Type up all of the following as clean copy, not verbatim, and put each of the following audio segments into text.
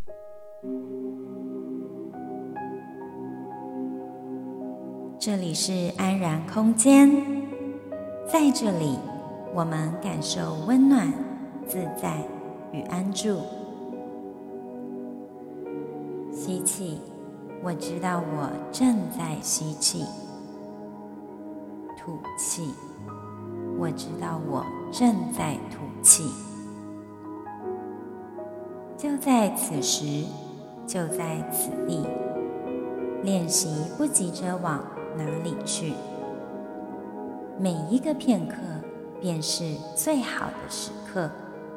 这里是安然空间，在这里我们感受温暖、自在与安住。吸气，我知道我正在吸气；吐气，我知道我正在吐气。就在此时，就在此地，练习不急着往哪里去，每一个片刻便是最好的时刻。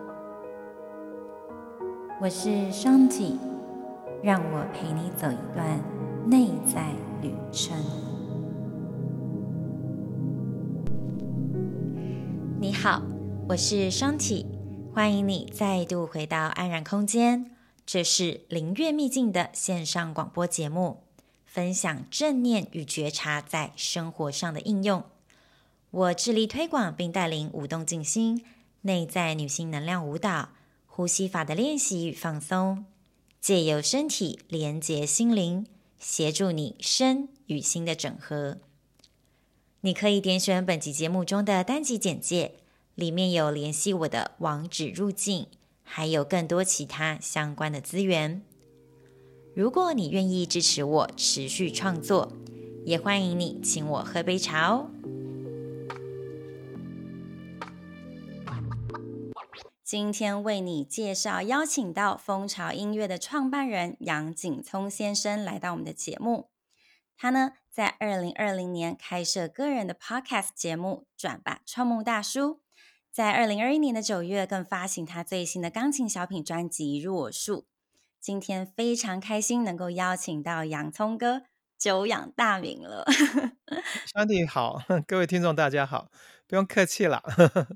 我是双体，让我陪你走一段内在旅程。你好，我是双体，欢迎你再度回到安然空间。这是灵悦秘境的线上广播节目，分享正念与觉察在生活上的应用。我致力推广并带领舞动静心、内在女性能量舞蹈、呼吸法的练习与放松，借由身体连结心灵，协助你身与心的整合。你可以点选本集节目中的单集简介，里面有联系我的网址入境，还有更多其他相关的资源。如果你愿意支持我持续创作，也欢迎你请我喝杯茶哦。今天为你介绍邀请到蜂巢音乐的创办人杨景聪先生来到我们的节目。他呢，在2020年开设个人的 podcast 节目转吧创梦大叔，在2021年的9月更发行他最新的钢琴小品专辑《若树》。今天非常开心能够邀请到洋葱哥，久仰大名了。 兄弟好，各位听众大家好，不用客气啦。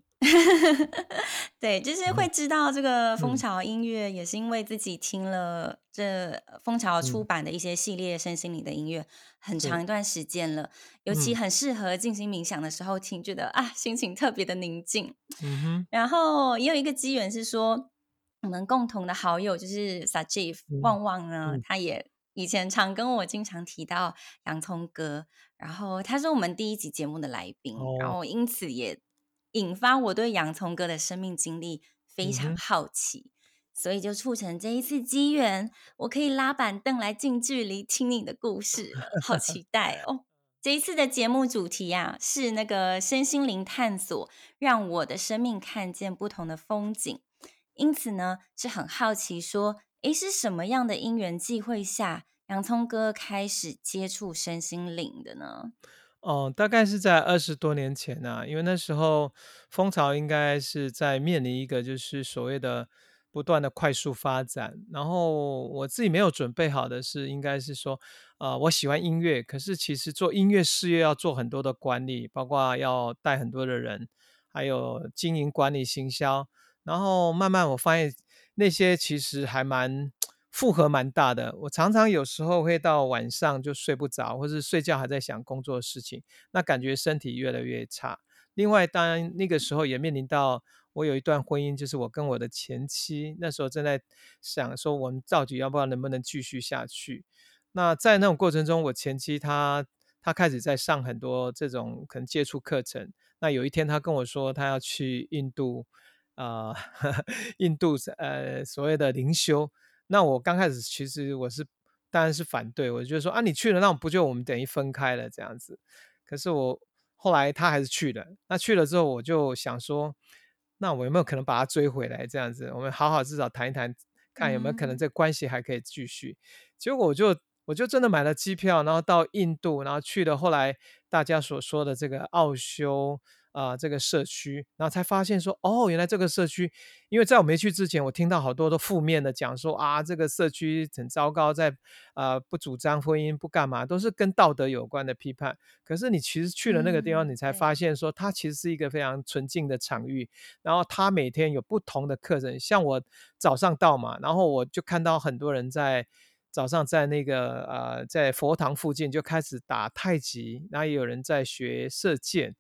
对，就是会知道这个蜂巢音乐，也是因为自己听了这蜂巢出版的一些系列身心灵的音乐很长一段时间了，尤其很适合静心冥想的时候听，觉得心情特别的宁静。然后也有一个机缘是说，我们共同的好友就是 Sajif 旺旺呢，他也以前常跟我经常提到洋葱哥，然后他是我们第一集节目的来宾，然后因此也引发我对洋葱哥的生命经历非常好奇，所以就促成这一次机缘，我可以拉板凳来近距离听你的故事了，好期待哦！这一次的节目主题是那个身心灵探索，让我的生命看见不同的风景。因此呢，是很好奇说，是什么样的因缘际会下，洋葱哥开始接触身心灵的呢？ 大概是在20多年前啊，因为那时候蜂巢应该是在面临一个就是所谓的不断的快速发展，然后我自己没有准备好的是，应该是说，我喜欢音乐，可是其实做音乐事业要做很多的管理，包括要带很多的人，还有经营管理行销，然后慢慢我发现那些其实还负荷蛮大的，我常常有时候会到晚上就睡不着，或是睡觉还在想工作的事情，那感觉身体越来越差。另外当然那个时候也面临到我有一段婚姻，就是我跟我的前妻，那时候正在想说我们到底要不要能不能继续下去。那在那种过程中，我前妻她开始在上很多这种可能接触课程，那有一天她跟我说她要去印度呃印度所谓的灵修。那我刚开始其实当然是反对，我就觉得说你去了，那不就我们等于分开了这样子。可是后来他还是去了，那去了之后我就想说，那我有没有可能把他追回来这样子，我们好好至少谈一谈，看有没有可能这关系还可以继续。结果我就真的买了机票，然后到印度，然后去了后来大家所说的这个奥修这个社区，然后才发现说，原来这个社区，因为在我没去之前，我听到好多都负面的讲说这个社区很糟糕，不主张婚姻，不干嘛，都是跟道德有关的批判。可是你其实去了那个地方，你才发现说，它其实是一个非常纯净的场域，然后它每天有不同的课程，像我早上到嘛，然后我就看到很多人早上在那个在佛堂附近就开始打太极，然后也有人在学射箭。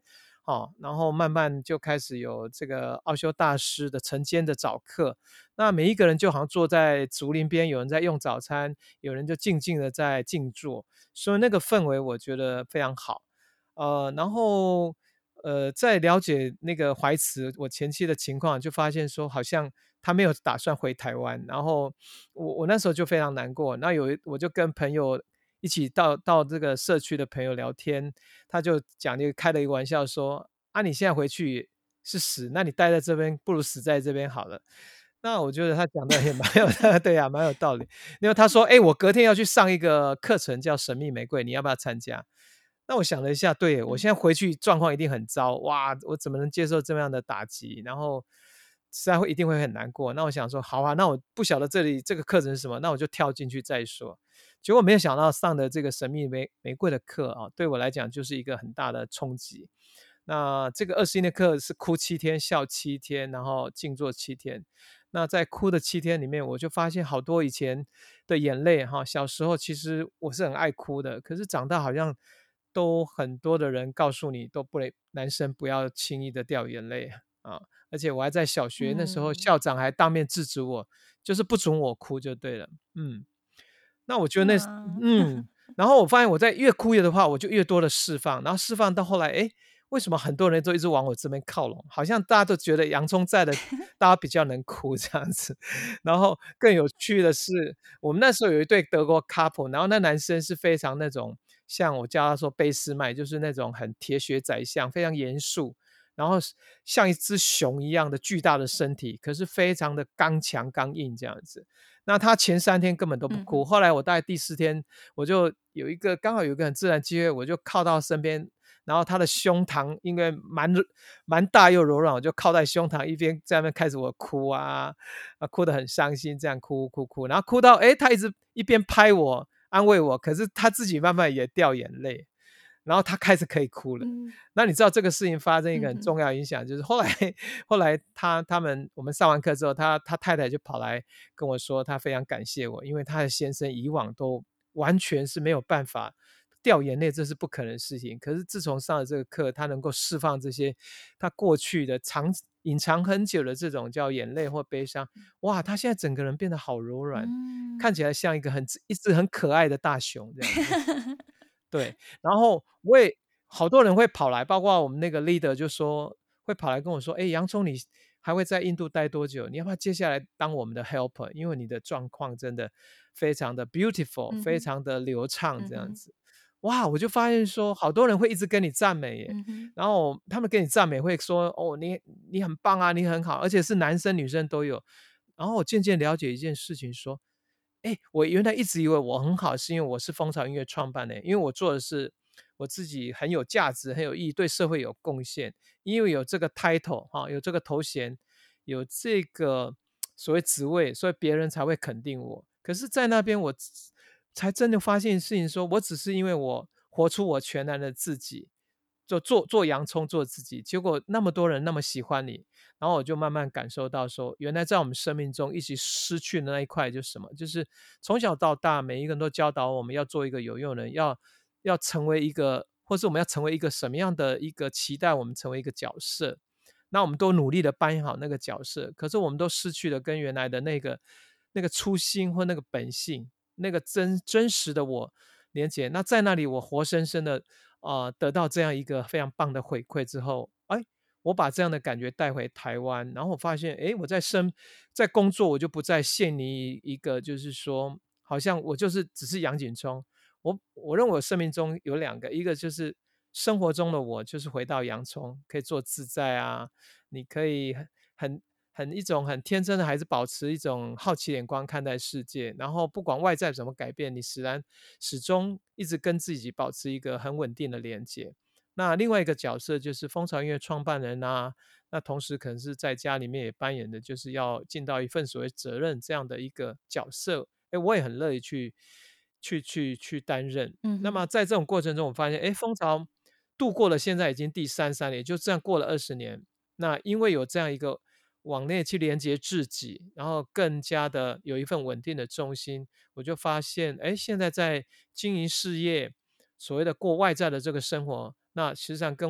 然后慢慢就开始有这个奥修大师的晨间的早课，那每一个人就好像坐在竹林边，有人在用早餐，有人就静静的在静坐，所以那个氛围我觉得非常好。然后在了解那个怀慈我前妻的情况，就发现说好像他没有打算回台湾，然后我那时候就非常难过。那我就跟朋友一起到这个社区的朋友聊天，他就开了一个玩笑说：“啊，你现在回去是死，那你待在这边不如死在这边好了。”那我觉得他讲的也蛮有对呀，蛮有道理。因为他说：“哎，我隔天要去上一个课程叫神秘玫瑰，你要不要参加？”那我想了一下，对，我现在嗯回去状况一定很糟，哇，我怎么能接受这么样的打击？然后实在一定会很难过。那我想说，好啊，那我不晓得这个课程是什么，那我就跳进去再说。结果没有想到上的这个神秘玫瑰的课啊，对我来讲就是一个很大的冲击。那这个21的课是哭7天，笑7天，然后静坐7天。那在哭的7天里面，我就发现好多以前的眼泪哈，小时候其实我是很爱哭的，可是长大好像都很多的人告诉你，都不能男生不要轻易的掉眼泪啊。而且我还在小学那时候， 嗯， 校长还当面制止我，就是不准我哭就对了。嗯。那我觉得哇， 嗯，然后我发现我在越哭越的话，我就越多的释放，然后释放到后来，诶，为什么很多人都一直往我这边靠拢？好像大家都觉得洋葱在的，大家比较能哭这样子。然后更有趣的是，我们那时候有一对德国 couple，然后那男生是非常那种，像我叫他说俾斯麦，就是那种很铁血宰相，非常严肃，然后像一只熊一样的巨大的身体，可是非常的刚强刚硬这样子。那他前3天根本都不哭， 嗯哼， 后来我大概第4天，我就刚好有一个很自然机会，我就靠到身边，然后他的胸膛因为蛮大又柔软，我就靠在胸膛一边在那边开始我哭哭得很伤心，这样哭哭哭，然后哭到他一边拍我安慰我，可是他自己慢慢也掉眼泪，然后他开始可以哭了。 嗯那你知道这个事情发生一个很嗯哼， 重要的影响，就是后来后来我们上完课之后，他太太就跑来跟我说，她非常感谢我，因为她的先生以往都完全是没有办法掉眼泪，这是不可能的事情。可是自从上了这个课，他能够释放这些他过去的隐藏很久的这种叫眼泪或悲伤，哇，他现在整个人变得好柔软，看嗯， 起来像一只很可爱的大熊这样子。对，然后好多人会跑来，包括我们那个 leader 就说会跑来跟我说：“哎，洋葱，你还会在印度待多久？你要不要接下来当我们的 helper？因为你的状况真的非常的 beautiful， 嗯哼， 非常的流畅嗯哼， 这样子。”哇，我就发现说好多人会一直跟你赞美耶， 嗯哼， 然后他们跟你赞美会说：“哦，你很棒啊，你很好。”而且是男生女生都有。然后我渐渐了解一件事情说，我原来一直以为我很好，是因为我是蜂巢音乐创办的，因为我做的是我自己很有价值、很有意义，对社会有贡献。因为有这个 title 哈，有这个头衔，有这个所谓职位，所以别人才会肯定我。可是，在那边才真的发现事情说，我只是因为我活出我全然的自己，就做洋葱做自己，结果那么多人那么喜欢你，然后我就慢慢感受到说，原来在我们生命中一起失去的那一块就是什么？就是从小到大，每一个人都教导我们要做一个有用的人，要成为一个，或是我们要成为一个什么样的一个期待我们成为一个角色。那我们都努力的扮演好那个角色，可是我们都失去了跟原来的那个初心或那个本性，那个真实的我连接。那在那里，我活生生的得到这样一个非常棒的回馈之后，我把这样的感觉带回台湾，然后我发现，我在工作，我就不再陷于一个就是说，好像我只是杨景聪。我认为我生命中有2个，一个就是生活中的我，就是回到洋葱，可以做自在啊，你可以很一种很天真的孩子，保持一种好奇眼光看待世界，然后不管外在怎么改变，你始终一直跟自己保持一个很稳定的连接。那另外一个角色就是蜂巢音乐创办人啊，那同时可能是在家里面也扮演的，就是要尽到一份所谓责任这样的一个角色。我也很乐意去担任。 嗯哼， 那么在这种过程中，我发现，蜂巢度过了现在已经第3年，就这样过了20年。那因为有这样一个往内去连接自己，然后更加的有一份稳定的重心，我就发现，现在在经营事业，所谓的过外在的这个生活，那实际上跟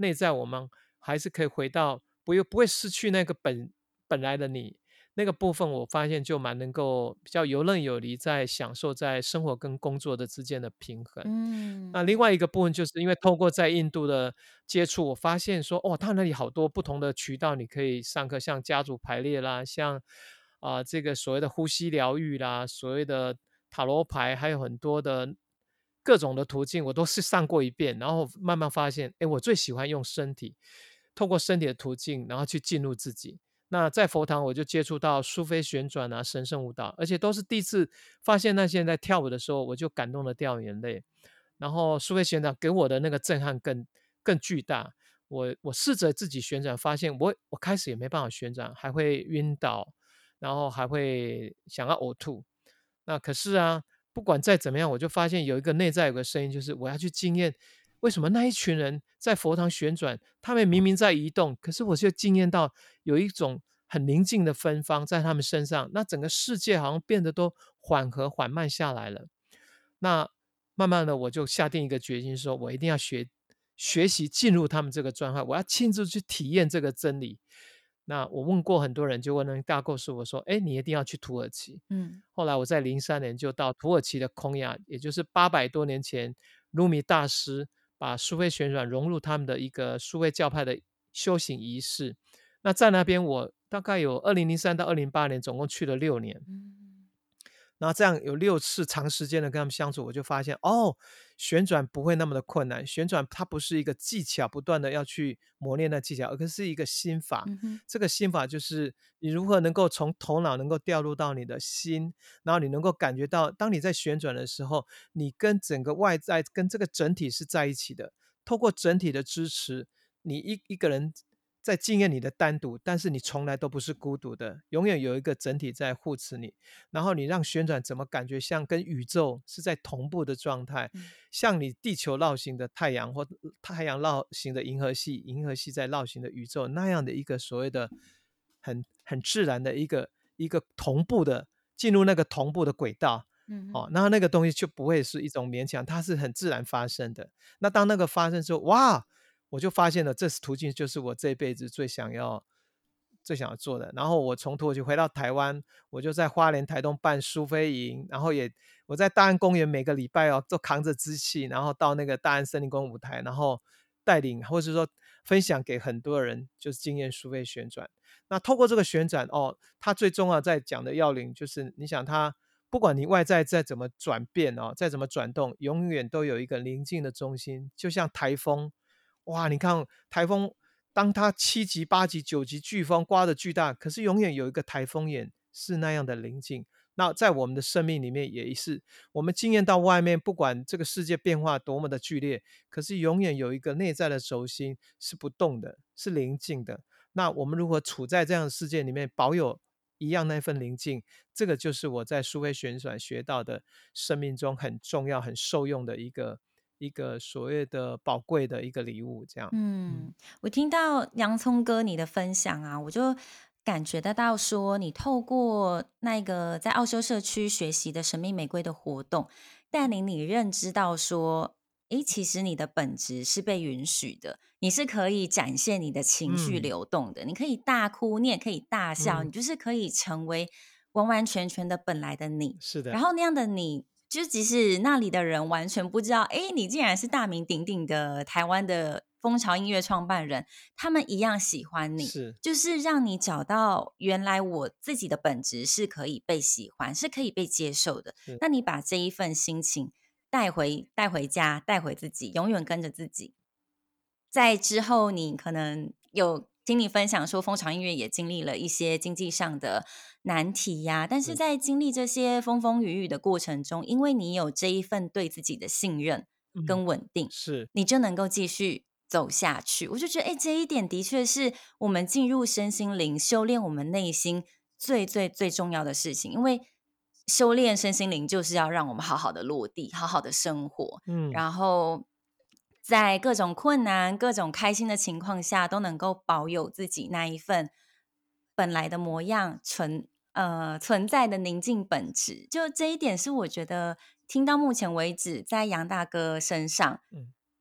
内在我们还是可以回到不会失去那个本来的你。那个部分我发现就蛮能够比较游刃有余，在享受在生活跟工作的之间的平衡。那另嗯外一个部分就是因为透过在印度的接触，我发现说，哦，他那里好多不同的渠道，你可以上课，像家族排列啦，像这个所谓的呼吸疗愈啦，所谓的塔罗牌，还有很多的各种的途径，我都是上过一遍，然后慢慢发现，哎，我最喜欢用身体，透过身体的途径，然后去进入自己。那在佛堂我就接触到苏菲旋转啊、神圣舞蹈，而且都是第一次发现那些人在跳舞的时候，我就感动的掉眼泪。然后苏菲旋转给我的那个震撼更巨大。我试着自己旋转，发现我开始也没办法旋转，还会晕倒，然后还会想要呕吐。那可是啊，不管再怎么样，我就发现有一个内在有个声音，就是我要去经验，为什么那一群人在佛堂旋转，他们明明在移动，可是我却惊艳到有一种很宁静的芬芳在他们身上，那整个世界好像变得都缓和缓慢下来了。那慢慢的，我就下定一个决心说，我一定要学习进入他们这个状态，我要亲自去体验这个真理。那我问过很多人，就问那个大告诉我说，哎，你一定要去土耳其。 嗯后来我在03年就到土耳其的孔雅，也就是800多年前，鲁米大师把苏菲旋转融入他们的一个苏菲教派的修行仪式。那在那边，我大概有2003到2008年，总共去了6年。 嗯然后这样有6次长时间的跟他们相处，我就发现，哦，旋转不会那么的困难，旋转它不是一个技巧，不断的要去磨练那技巧，而是一个心法。 嗯哼这个心法就是你如何能够从头脑能够掉入到你的心，然后你能够感觉到，当你在旋转的时候，你跟整个外在跟这个整体是在一起的。透过整体的支持，你一个人在经验你的单独，但是你从来都不是孤独的，永远有一个整体在护持你。然后你让旋转怎么感觉像跟宇宙是在同步的状态， 嗯像你地球绕行的太阳或太阳绕行的银河系，银河系在绕行的宇宙那样的一个所谓的很自然的一个同步的进入那个同步的轨道。哦， 嗯哼那个东西就不会是一种勉强，它是很自然发生的。那当那个发生之后，哇，我就发现了，这途径就是我这辈子最想要做的。然后我从土耳其回到台湾，我就在花莲、台东办苏菲营，然后我在大安公园每个礼拜都扛着机器，然后到那个大安森林公园舞台，然后带领或是说分享给很多人，就是经验苏菲旋转。那透过这个旋转，它最重要在讲的要领就是，你想它不管你外在再怎么转变再怎么转动，永远都有一个宁静的中心，就像台风。哇，你看台风，当它7级、8级、9级飓风刮得巨大，可是永远有一个台风眼是那样的宁静。那在我们的生命里面也是，我们经验到外面，不管这个世界变化多么的剧烈，可是永远有一个内在的轴心是不动的，是宁静的。那我们如何处在这样的世界里面，保有一样那份宁静，这个就是我在苏菲旋转学到的生命中很重要、很受用的一个所谓的宝贵的一个礼物，这样。嗯我听到洋葱哥你的分享啊，我就感觉得到说，你透过那个在奥修社区学习的神秘玫瑰的活动，带领你认知到说，诶，其实你的本质是被允许的，你是可以展现你的情绪嗯流动的，你可以大哭，你也可以大笑， 嗯， 你就是可以成为完完全全的本来的你。 是的， 然后那样的你，就即使那里的人完全不知道，诶，你竟然是大名鼎鼎的台湾的蜂巢音乐创办人，他们一样喜欢你， 是就是让你找到原来我自己的本质是可以被喜欢，是可以被接受的。 是， 那你把这一份心情带回家，带回自己，永远跟着自己。在之后，你可能有听你分享说，蜂巢音乐也经历了一些经济上的难题呀，但是是， 在经历这些风风雨雨的过程中，因为你有这一份对自己的信任嗯， 跟稳定， 是， 你就能够继续走下去。我就觉得，哎，这一点的确是我们进入身心灵修炼我们内心最最最重要的事情，因为修炼身心灵就是要让我们好好的落地，好好的生活。 嗯， 然后在各种困难、各种开心的情况下，都能够保有自己那一份本来的模样，存在的宁静本质。就这一点，是我觉得听到目前为止，在杨大哥身上嗯。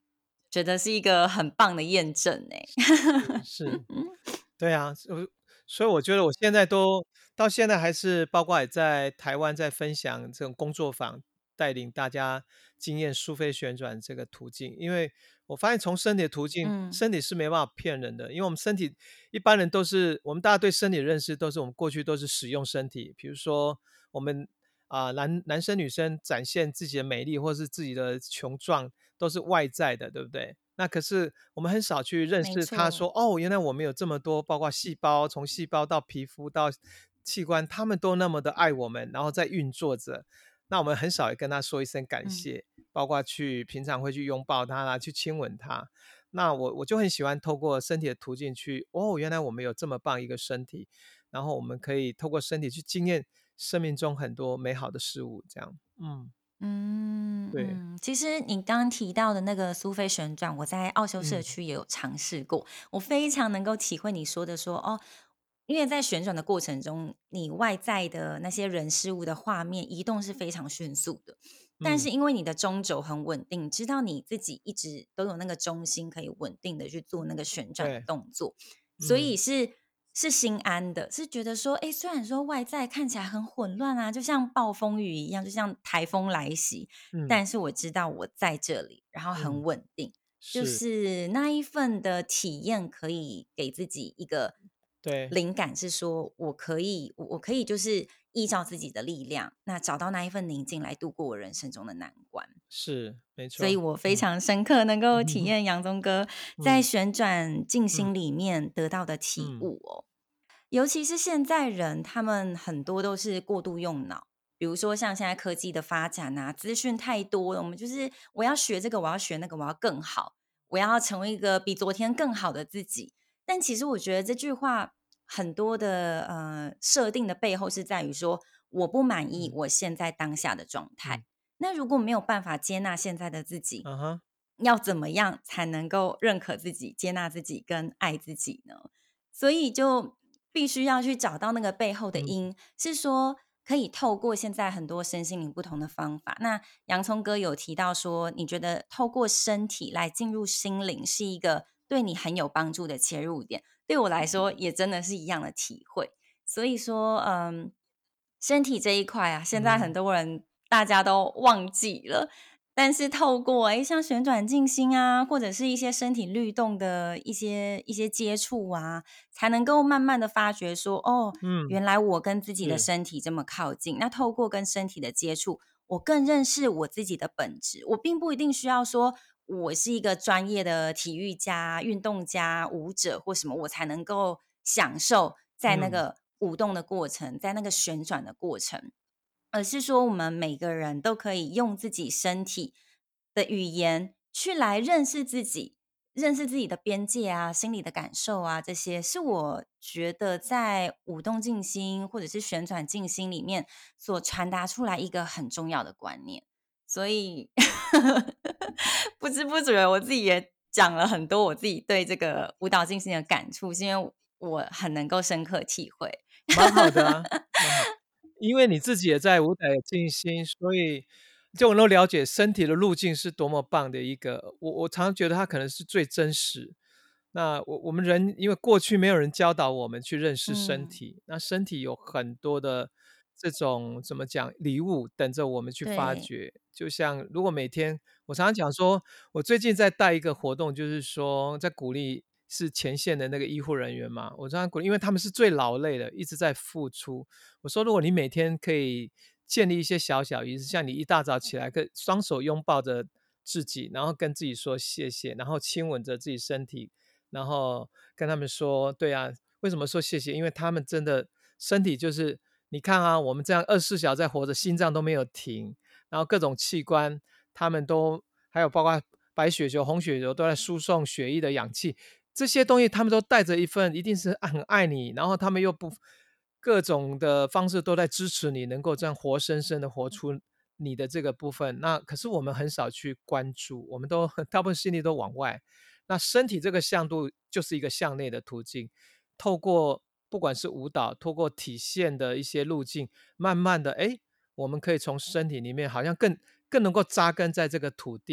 觉得是一个很棒的验证哎。 是，对啊，所以我觉得我现在都到现在还是包括也在台湾在分享这种工作坊，带领大家经验苏菲旋转这个途径。因为我发现从身体的途径， 嗯身体是没办法骗人的，因为我们身体一般人都是我们大家对身体的认识都是我们过去都是使用身体，比如说我们男生女生展现自己的美丽或是自己的雄壮都是外在的，对不对？那可是我们很少去认没识他说， 错。 哦，原来我们有这么多，包括细胞，从细胞到皮肤到器官，他们都那么的爱我们，然后在运作着。那我们很少也跟他说一声感嗯谢，包括平常会去拥抱他啦，去亲吻他。那我就很喜欢透过身体的途径去，哦，原来我们有这么棒一个身体，然后我们可以透过身体去经验生命中很多美好的事物，这样，对， 其实你刚刚提到的那个苏菲旋转，我在奥修社嗯， 区也有尝试过，我非常能够体会你说的说哦，因为在旋转的过程中，你外在的那些人事物的画面移动是非常迅速的，但嗯， 是因为你的中轴很稳定，知道你自己一直都有那个中心可以稳定的去做那个旋转的对， 动作，所以嗯， 是心安的，是觉得说，诶，虽然说外在看起来很混乱啊，就像暴风雨一样，就像台风来袭， 嗯， 但是我知道我在这里，然后很嗯， 稳定，就是， 是那一份的体验可以给自己一个对， 灵感，是说我可以就是依照自己的力量，那找到那一份宁静来度过我人生中的难关。 是，没错， 所以我非嗯， 常深刻能够体嗯， 验杨宗哥在嗯， 旋转静嗯， 心里面得到的体嗯， 悟哦。尤其是现在人，他们很多都是过度用脑，比如说像现在科技的发展啊，资讯太多了，我们就是我要学这个，我要学那个，我要更好，我要成为一个比昨天更好的自己。但其实我觉得这句话很多的设定的背后是在于说，我不满意嗯， 我现在当下的状态。 嗯， 那如果没有办法接纳现在的自己， 啊哈， 要怎么样才能够认可自己、接纳自己跟爱自己呢？所以就必须要去找到那个背后的嗯， 因，是说可以透过现在很多身心灵不同的方法。那洋葱哥有提到说，你觉得透过身体来进入心灵是一个对你很有帮助的切入点。对我来说，也真的是一样的体会。所以说，身体这一块啊，现在很嗯， 多人大家都忘记了。但是透过像旋转静心啊，或者是一些身体律动的一些接触啊，才能够慢慢的发觉说，哦， 嗯， 原来我跟自己的是， 身体这么靠近。那透过跟身体的接触，我更认识我自己的本质。我并不一定需要说我是一个专业的体育家、运动家、舞者或什么，我才能够享受在那嗯， 个舞动的过程，在那个旋转的过程。而是说，我们每个人都可以用自己身体的语言去来认识自己，认识自己的边界啊、心理的感受啊，这些是我觉得在舞动静心或者是旋转静心里面所传达出来一个很重要的观念。所以不知不觉我自己也讲了很多我自己对这个舞蹈静心的感触，是因为我很能够深刻体会。 蛮好的啊，蛮好。因为你自己也在舞台静心，所以就能够了解身体的路径是多么棒的一个我常常觉得它可能是最真实。那我们人因为过去没有人教导我们去认识身嗯， 体，那身体有很多的这种怎么讲礼物等着我们去发对， 掘。就像如果每天我常常讲说，我最近在带一个活动，就是说在鼓励是前线的那个医护人员嘛，我常常鼓励，因为他们是最劳累的，一直在付出。我说，如果你每天可以建立一些小小仪式，像你一大早起来，双手拥抱着自己，然后跟自己说谢谢，然后亲吻着自己身体，然后跟他们说，对啊，为什么说谢谢？因为他们真的身体就是你看啊，我们这样24小时在活着，心脏都没有停，然后各种器官他们都还有包括白血球、红血球都在输送血液的氧气，这些东西他们都带着一份一定是很爱你，然后他们又不各种的方式都在支持你，能够这样活生生的活出你的这个部分。那可是我们很少去关注，我们都大部分心力都往外。那身体这个向度就是一个向内的途径，透过不管是舞蹈，透过体现的一些路径，慢慢的，哎，我们可以从身体里面好像更能够扎根在这个土地，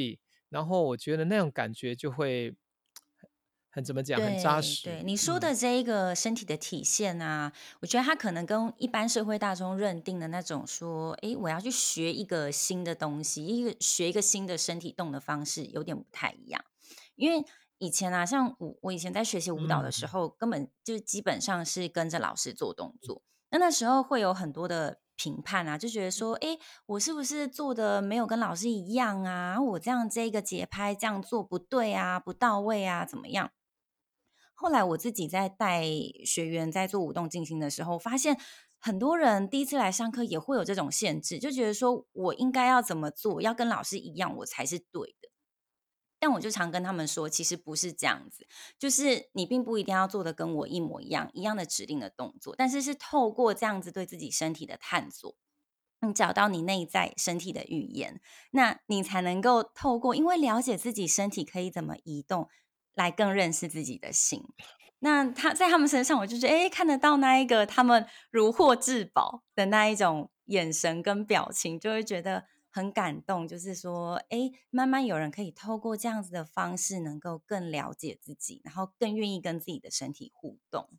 然后我觉得那种感觉就会很怎么讲，很扎对对， 实。 你说的这一个身体的体现啊，我觉得它可能跟一般社会大众认定的那种说，诶，我要去学一个新的东西，学一个新的身体动的方式，有点不太一样。因为以前啊，像我以前在学习舞蹈的时嗯候，根本就基本上是跟着老师做动作。那时候会有很多的评判啊，就觉得说，诶，我是不是做的没有跟老师一样啊？我这样这个节拍这样做不对啊，不到位啊，怎么样？后来我自己在带学员在做舞动静心的时候，发现很多人第一次来上课也会有这种限制，就觉得说我应该要怎么做，要跟老师一样，我才是对的。但我就常跟他们说，其实不是这样子，就是你并不一定要做的跟我一模一样，一样的指令的动作，但是是透过这样子对自己身体的探索，你找到你内在身体的语言，那你才能够透过因为了解自己身体可以怎么移动，来更认识自己的心。那在他们身上，我就觉得，诶，看得到那一个他们如获至宝的那一种眼神跟表情，就会觉得很感动。就是说，诶，慢慢有人可以透过这样子的方式，能够更了解自己，然后更愿意跟自己的身体互动。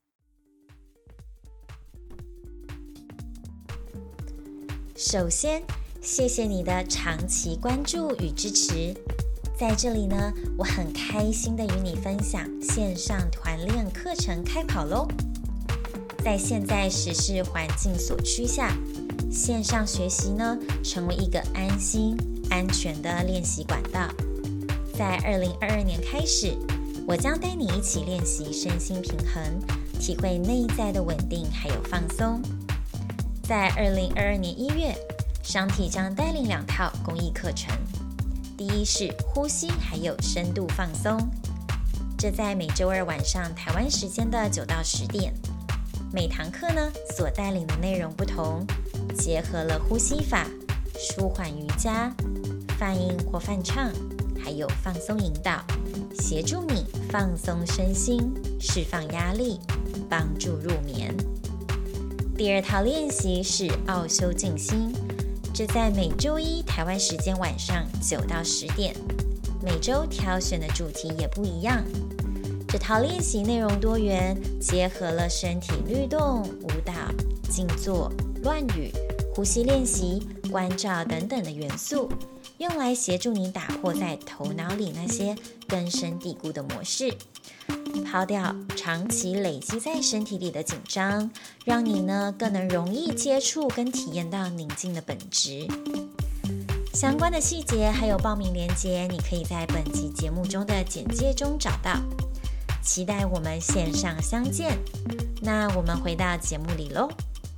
首先，谢谢你的长期关注与支持。在这里呢，我很开心的与你分享线上团练课程开跑喽！在现在时事环境所趋下，线上学习呢，成为一个安心、安全的练习管道。在2022年开始，我将带你一起练习身心平衡，体会内在的稳定还有放松。在2022年1月，商体将带领2套公益课程。第一是呼吸还有深度放松，这在每周2晚上台湾时间的9到10点。每堂课呢所带领的内容不同，结合了呼吸法、舒缓瑜伽、泛音或泛唱，还有放松引导，协助你放松身心，释放压力，帮助入眠。第2套练习是奥修静心，这在每周1台湾时间晚上9到10点，每周挑选的主题也不一样。这套练习内容多元，结合了身体律动、舞蹈、静坐、乱语、呼吸练习、关照等等的元素，用来协助你打破在头脑里那些根深蒂固的模式，抛掉长期累积在身体里的紧张，让你呢更能容易接触跟体验到宁静的本质。相关的细节还有报名链接，你可以在本集节目中的简介中找到。期待我们线上相见。那我们回到节目里喽。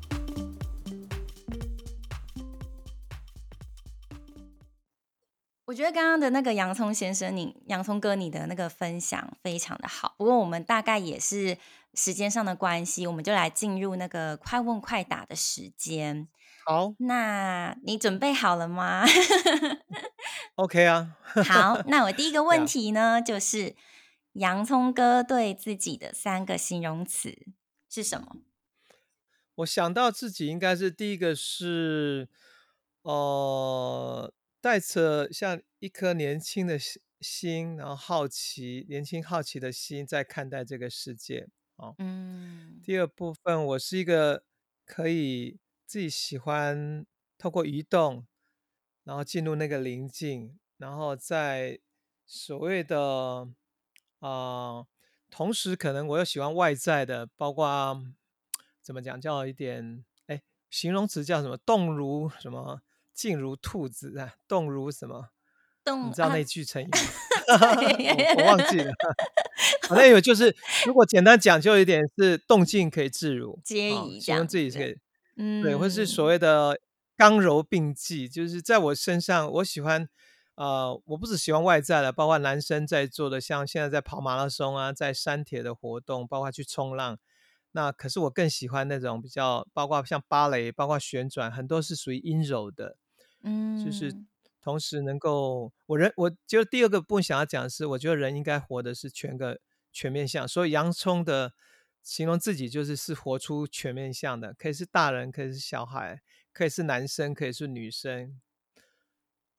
我觉得刚刚的那个洋葱先生，洋葱哥，你的那个分享非常的好。不过我们大概也是时间上的关系，我们就来进入那个快问快答的时间。 好那你准备好了吗？ ，OK 啊， 好，那我第一个问对啊， 题呢，就是洋葱哥对自己的3个形容词是什么？ 我想到自己应该是第一个是，带着像一颗年轻的心，然后年轻好奇的心在看待这个世界。哦， 嗯第二部分，我是一个可以自己喜欢透过移动，然后进入那个灵境，然后在所谓的啊、同时可能我又喜欢外在的，包括怎么讲叫一点，哎，形容词叫什么？动如什么？静如兔子啊，动如什么？你动啊， 知道那句成语吗？我忘记了。 对， 反正有就是如果简单讲就一点是动静可以自如， 皆啊， 宜这形容样子。 自己是可以对，或是所嗯谓的刚柔并济，就是在我身上，我喜欢我不只喜欢外在的，包括男生在做的，像现在在跑马拉松啊，在山铁的活动，包括去冲浪，那可是我更喜欢那种比较，包括像芭蕾，包括旋转，很多是属于阴柔的，就是嗯同时能够，我觉得第二个部分想要讲的是，我觉得人应该活的是全面相，所以洋葱的形容自己就是活出全面相的，可以是大人，可以是小孩，可以是男生，可以是女生，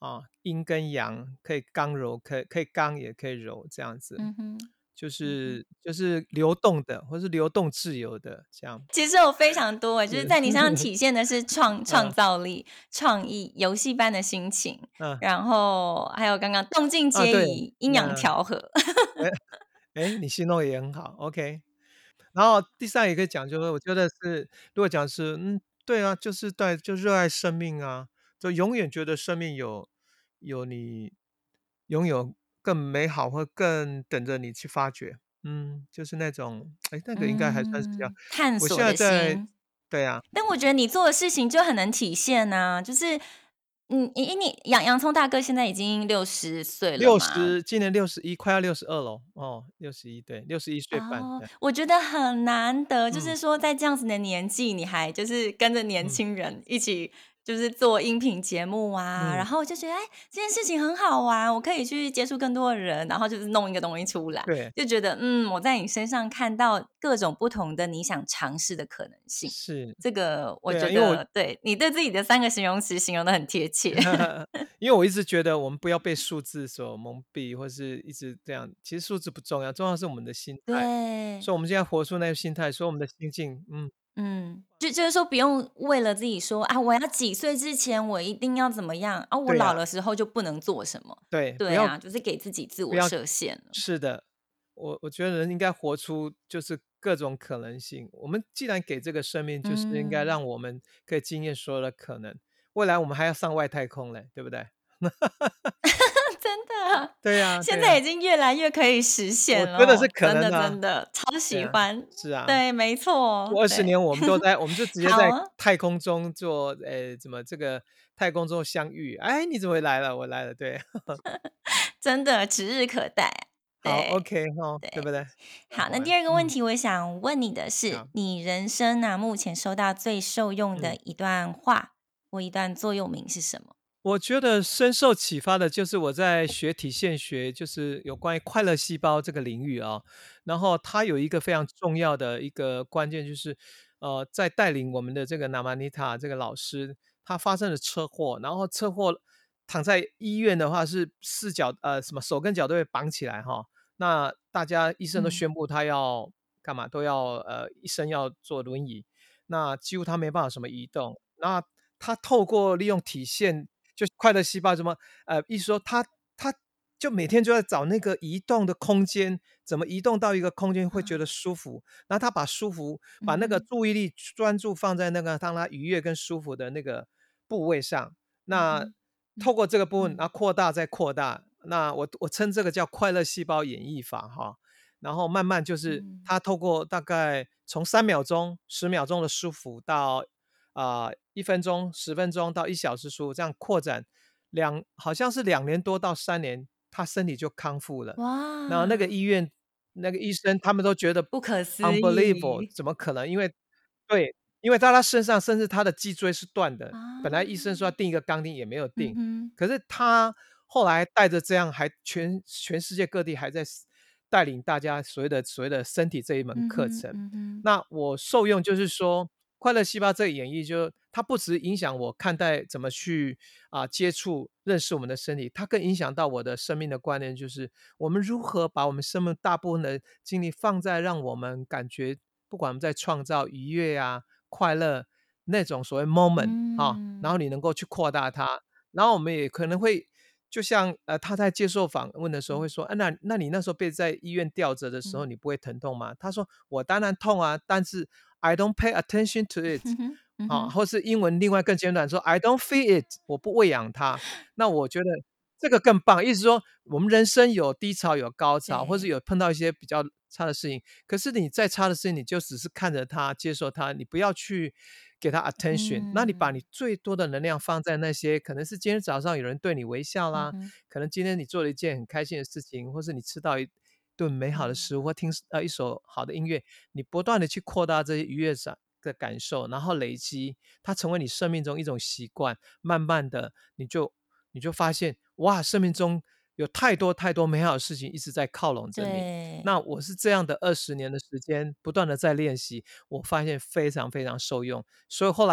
阴跟阳，可以刚柔，可以刚也可以柔，这样子， 嗯哼， 就嗯哼。 是流动的，或是流动自由的这样。 其实有非常多就是是， 在你身上体现的是创嗯造力、创意、游戏般的心情， 嗯然后还有刚刚动静皆对， 宜、阴阳那调和。 哎你形容也很好，OK。然后第三也可以讲，就是我觉得是，如果讲是，对啊，就是对，就热爱生命啊，就永远觉得生命有你拥有更美好或更等着你去发掘，就是那种，那个应该还算是比较，我现探索的在在， 心。 对啊， 但我觉得你做的事情就很能体现啊，就是你洋葱大哥现在已经60岁了嘛。 今年61，快要62了，61，对61岁半，对， 我觉得很难得，就嗯， 是说在这样子的年纪，你还就是跟着年嗯， 轻人一起就是做音频节目啊，然嗯， 后我就觉得，这件事情很好玩，我可以去接触更多的人，然后就是弄一个东西出来， 对， 就觉得，我在你身上看到各种不同的你想尝试的可能性。 是， 这个我对啊， 觉得，对你对自己的3个形容词形容的很贴切。 因为我一直觉得我们不要被数字所蒙蔽，或是一直这样。其实数字不重要，重要是我们的心态。 对， 所以我们现在活出那个心态，所以我们的心境， 就是说不用为了自己说啊，我要几岁之前我一定要怎么样啊，我对呀， 老的时候就不能做什么。 对， 对啊，就是给自己自我不要， 设限了。 是的，我觉得人应该活出就是各种可能性。我们既然给这个生命，就是应该嗯， 让我们可以经验所有的可能。未来我们还要上外太空嘞，对不对？ 真的， 对呀，对呀， 现在已经越来越可以实我觉得是现了，真的可能的啊， 真的超对啊， 喜欢。 是啊。 对，没错， 过20年对， 我们就直接在好啊， 太空中做，怎么这个太空中相遇，哎，你怎么来了？我来了，对， 真的指日可待。 好对 ，OK 对对， 不对？ 好，那好玩， 第二个问题我想问你的是， 好。 你人生啊目前收到最受用的嗯。 一段话或一段座右铭是什么？ 我觉得深受启发的就是我在学体现学，就是有关于快乐细胞这个领域啊。然后它有一个非常重要的一个关键，就是在带领我们的这个纳玛尼塔这个老师，他发生了车祸，然后车祸躺在医院的话是四脚什么手跟脚都会绑起来哈。那大家医生都嗯宣布他要干嘛都要一生要坐轮椅，那几乎他没办法什么移动。那他透过利用体现就快乐细胞怎么意思说他就每天就在找那个移动的空间，怎么移动到一个空间会觉得啊， 舒服，然后他把舒服把那个嗯哼， 注意力专注放在那个让他愉悦跟舒服的那个部位上。那嗯哼， 透嗯过这个部分，然嗯后扩大再扩大，那我称这个叫快乐细胞演绎法哈。然后慢慢就是嗯他透过大概从3秒钟、10秒钟的舒服到1分钟、10分钟到1小时舒服，这样扩展好像是2年多到3年，他身体就康复了。然后那个哇， 医院那个医生他们都觉得不可思 unbelievable， 议怎么可能？对，因为在他身上甚至他的脊椎是断的，本来医啊！ 生说要钉一个钢钉也没有钉， 嗯哼， 可是他后来带着这样，还全世界各地还在带领大家所谓的身体这一门嗯哼， 课程。 嗯哼， 那我受用就是说，快乐细胞这个演绎就它不只影响我看待怎么去接触认识我们的身体，它更影响到我的生命的观念，就是我们如何把我们生命大部分的精力放在让我们感觉，不管我们在创造愉悦啊、快乐那种所谓 moment 然后嗯你能够去扩大它，然后我们也可能会。就像他在接受访问的时候会嗯说，那你那时候被在医院吊着的时候， 嗯你不会疼痛吗？他说我当然痛啊，但是 I don't pay attention to it。 嗯哼，嗯哼， 或是英文另外更简短说 I don't feed it，我不喂养它。那我觉得这个更棒，意思说我们人生有低潮有高潮，或是对， 有碰到一些比较差的事情，可是你再差的事情，你就只是看着它，接受它，你不要去给它 attention。那你把嗯你最多的能量放在那些可能是今天早上有人对你微笑啦， 嗯哼， 可能今天你做了一件很开心的事情，或是你吃到一顿美好的嗯食物，或听一首好的音乐，你不断的去扩大这些愉悦的感受，然后累积，它成为你生命中一种习惯，慢慢的你就发现，哇，生命中有太多太多美好的事情一直在靠拢着你。 对， 那我是这样的20年的时间，不断的在练习，我发现非常非常受用。所以后来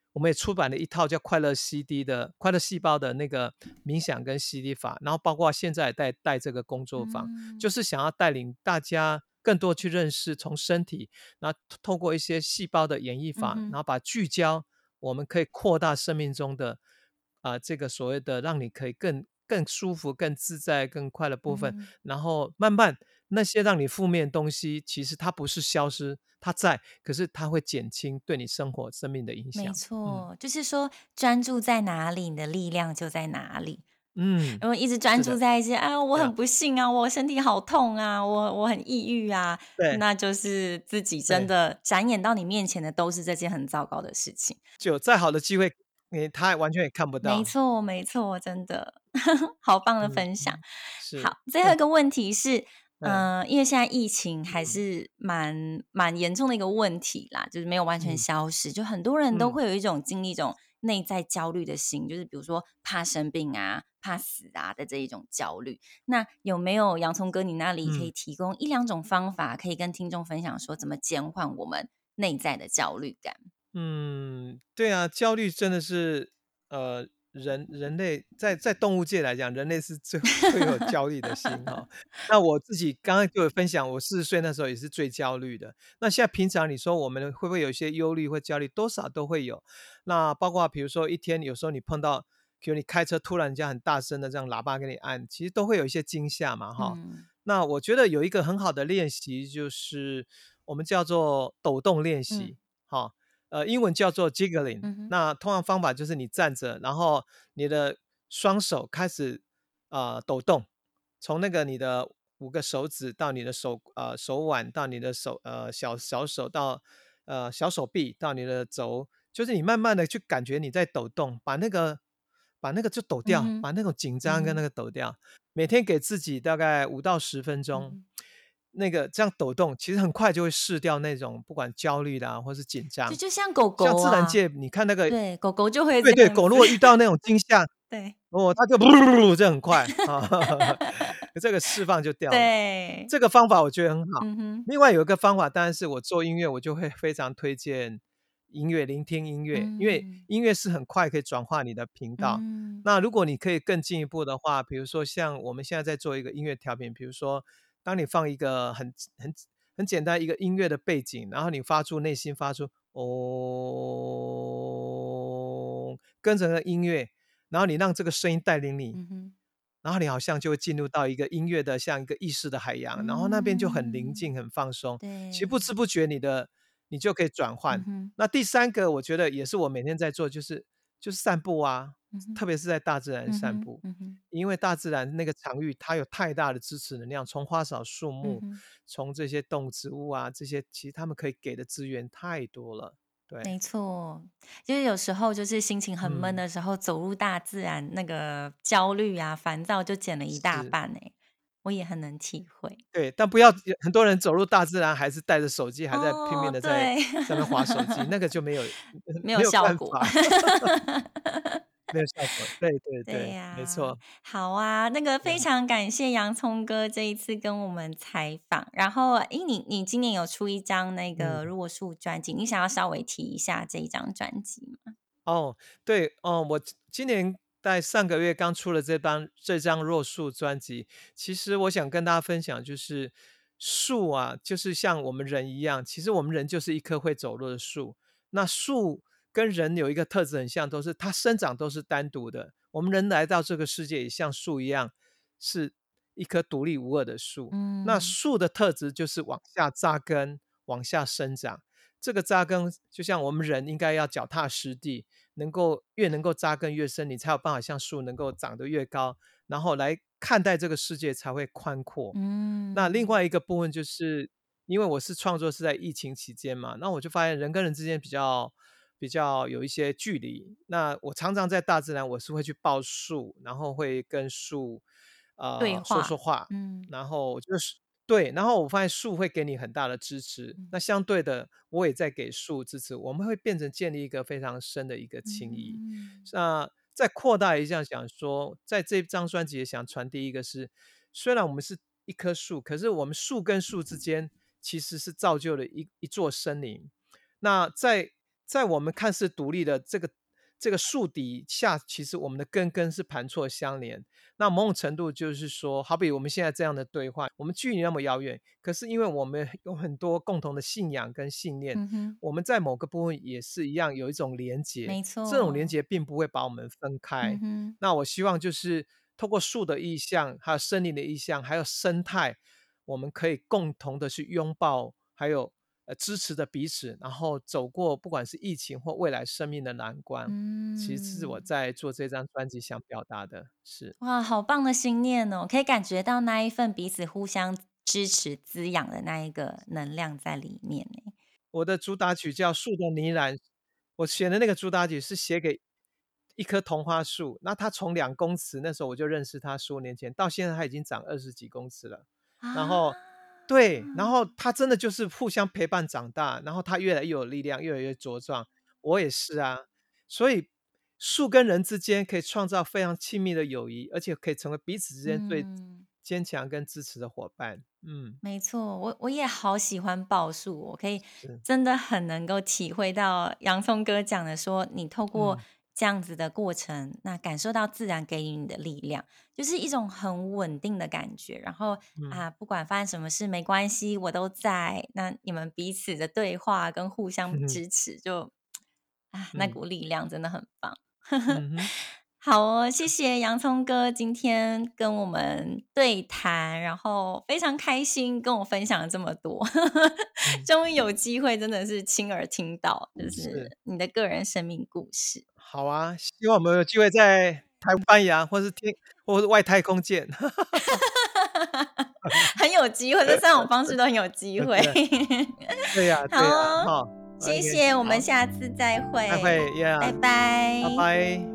我们也出版了一套叫快乐细胞的那个冥想跟 CD 法，然后包括现在也带这个工作坊，就嗯是想要带领大家更多去认识从身体，然后透过一些细胞的演绎法，然嗯哼后把聚焦，我们可以扩大生命中的这个所谓的让你可以更舒服、更自在、更快的部分， 嗯哼。 然后慢慢那些让你负面的东西，其实它不是消失，它在，可是它会减轻对你生活、生命的影没响。嗯错，就是说专注在哪里，你的力量就在哪里。 嗯， 如果一直专是的， 注在一些“啊，我对啊， 很不幸啊，我身体好痛啊，我很抑郁啊”， 对那就是自己真对， 的展演到你面前的都是这件很糟糕的事情。 就再好的机会，他完全也看不到。 没错，没错，真的，好棒的分享。 嗯嗯，是， 好，最后一个问题是， 嗯因为现在疫情还嗯是蛮严重的一个问题啦，就是没有完全嗯消失，就很多人都嗯会有一种经历一种内在焦虑的心，就是比如说怕生病啊、怕死啊的这一种焦虑。那有没有洋葱哥你那里可以嗯。 提供一两种方法，可以跟听众分享说怎么减缓我们内在的焦虑感？ 嗯，对啊，焦虑真的是，人类在动物界来讲，人类是最有焦虑的心哈。那我自己刚刚就有分享，我40岁那时候也是最焦虑的。那现在平常你说我们会不会有一些忧虑或焦虑，多少都会有。那包括比如说一天，有时候你碰到，比如你开车突然间很大声的这样喇叭给你按，其实都会有一些惊吓嘛哈。 嗯那我觉得有一个很好的练习，就是我们叫做抖动练嗯习，哈。英文叫做 jiggling。 嗯哼那通常方法就是你站着，然后你的双手开始抖动，从那个你的5个手指到你的手腕，到你的小手到小手臂到你的肘，就是你慢慢的去感觉你在抖动，把那个就抖掉， 嗯哼把那种紧张跟那嗯哼个抖掉。每天给自己大概5到10分钟， 嗯哼。 那个这样抖动，其实很快就会释掉那种不管焦虑啦，或是紧张。 就像狗像狗啊， 自然界，你看那个对，狗狗就会对对， 这样子， 狗如果遇到那种惊吓， 对， 它就噗，这很快啊，这个释放就掉了。 对， 这个方法我觉得很好。 嗯哼， 另外有一个方法，当然是我做音乐，我就会非常推荐音乐，聆听音乐，因为嗯， 音乐是很快可以转化你的频道。 嗯， 那如果你可以更进一步的话，比如说像我们现在在做一个音乐调频，比如说当你放一个很简单一个音乐的背景，然后你内心发出哦，跟着那个音乐，然后你让这个声音带领你， 嗯哼， 然后你好像就会进入到一个音乐的像一个意识的海洋，然后那边就很宁嗯， 静、很放松。其实不对， 知不觉你就可以转换。 嗯哼， 那第三个我觉得也是我每天在做，就是散步啊， 嗯哼， 特别是在大自然嗯哼， 散步。 嗯哼， 因为大自然那个场域它有太大的支持能量，从花草树木， 嗯哼。 从这些动植物啊，这些其实他们可以给的资源太多了。对， 没错，就是有时候就是心情很闷嗯， 的时候，走入大自然，那个焦虑啊、烦躁就减了一大是。 半哎，我也很能体会。 对，但不要很多人走入大自然，还是带着手机，还在拼命哦， 的在对， 上面滑手机，那个就没有没有没有效果。 办法，没有效果。对对对对，没呀， 错， 好啊，那个对啊， 非常感谢洋葱哥这一次跟我们采访。然后，诶，你今年有出一张那个嗯。 《如果树》专辑，你想要稍微提一下这一张专辑吗？ 哦，对，哦，我今年在上个月刚出了这张《若树》专辑。其实我想跟大家分享，就是树啊，就是像我们人一样，其实我们人就是一棵会走路的树。那树跟人有一个特质很像，都是它生长都是单独的。我们人来到这个世界也像树一样，是一棵独立无二的树。那嗯树的特质就是往下扎根，往下生长。这个扎根就像我们人应该要脚踏实地，越能够扎根越深，你才有办法像树能够长得越高，然后来看待这个世界才会宽阔。那另嗯， 外一个部分就是，因为我是创作是在疫情期间嘛，那我就发现人跟人之间比较有一些距离。那我常常在大自然，我是会去抱树，然后会跟树说对话， 说话， 嗯然后就是对，然后我发现树会给你很大的支持， 嗯那相对的，我也在给树支持，我们会变成建立一个非常深的一个情谊。 嗯， 那再扩大一下想说，在这张专辑也想传递一个是，虽然我们是一棵树，可是我们树跟树之间其实是造就了一座森林。那在我们看似独立的这个树底下，其实我们的根是盘错相连。那某种程度就是说，好比我们现在这样的对话，我们距离那么遥远，可是因为我们有很多共同的信仰跟信念， 嗯哼， 我们在某个部分也是一样有一种连结， 没这种连错， 结并不会把我们分开。 嗯哼， 那我希望就是透过树的意象，还有森林的意象，还有生态，我们可以共同的去拥抱，还有支持着彼此，然后走过不管是疫情或未来生命的难关。其实是我嗯。 在做这张专辑想表达的，是。 哇，好棒的心念哦，可以感觉到那一份彼此互相支持、滋养的那一个能量在里面呢。 我的主打曲叫《树的呢喃》，我写的那个主打曲是写给一棵同花树，那它从2公尺，那时候我就认识它15年前，到现在它已经长20几公尺了。然啊， 后对，然后它真的就是互相陪伴长大，然后它越来越有力量，越来越茁壮。我也是啊，所以树跟人之间可以创造非常亲密的友谊，而且可以成为彼此之间最嗯， 坚强跟支持的伙伴。 没错，我也好喜欢报数，我可以是， 真的很能够体会到洋葱哥讲的说，你透过嗯这样子的过程，那感受到自然给予你的力量，就是一种很稳定的感觉。然后嗯啊，不管发生什么事，没关系，我都在。那你们彼此的对话跟互相嗯支持就，啊，那嗯股力量真的很棒。 嗯哼。 好哦，谢谢洋葱哥今天跟我们对谈，然后非常开心跟我分享了这么多， 嗯， 终于有机会真的是亲耳听到，就是， 是你的个人生命故事， 好啊，希望我们有机会在台湾呀，或是外太空见。 很有机会，这三种方式都很有机会。 对，对呀好对呀， 哦， 哈谢 ，OK， 谢，我们好， 下次再再会， 会呀， 拜拜。 拜拜。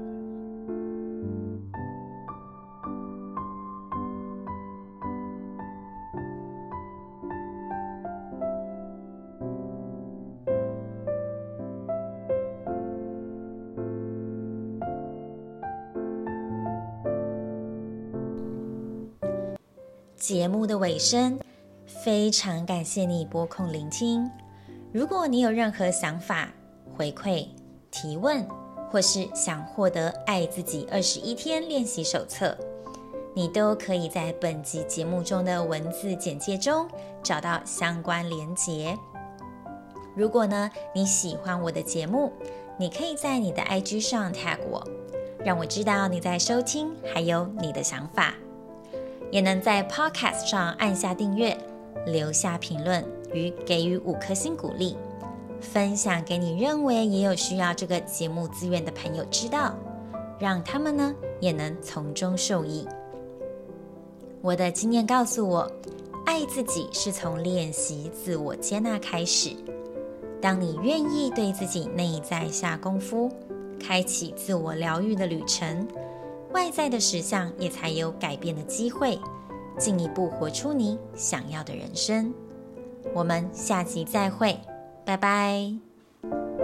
节目的尾声，非常感谢你拨空聆听。如果你有任何想法、回馈、提问，或是想获得《爱自己21天练习手册》，你都可以在本集节目中的文字简介中找到相关连结。如果呢你喜欢我的节目，你可以在你的 IG 上 tag 我，让我知道你在收听，还有你的想法。也能在 Podcast 上按下订阅，留下评论与给予5颗星鼓励，分享给你认为也有需要这个节目资源的朋友知道，让他们呢也能从中受益。我的经验告诉我，爱自己是从练习自我接纳开始。当你愿意对自己内在下功夫，开启自我疗愈的旅程，外在的实相也才有改变的机会，进一步活出你想要的人生。我们下集再会，拜拜。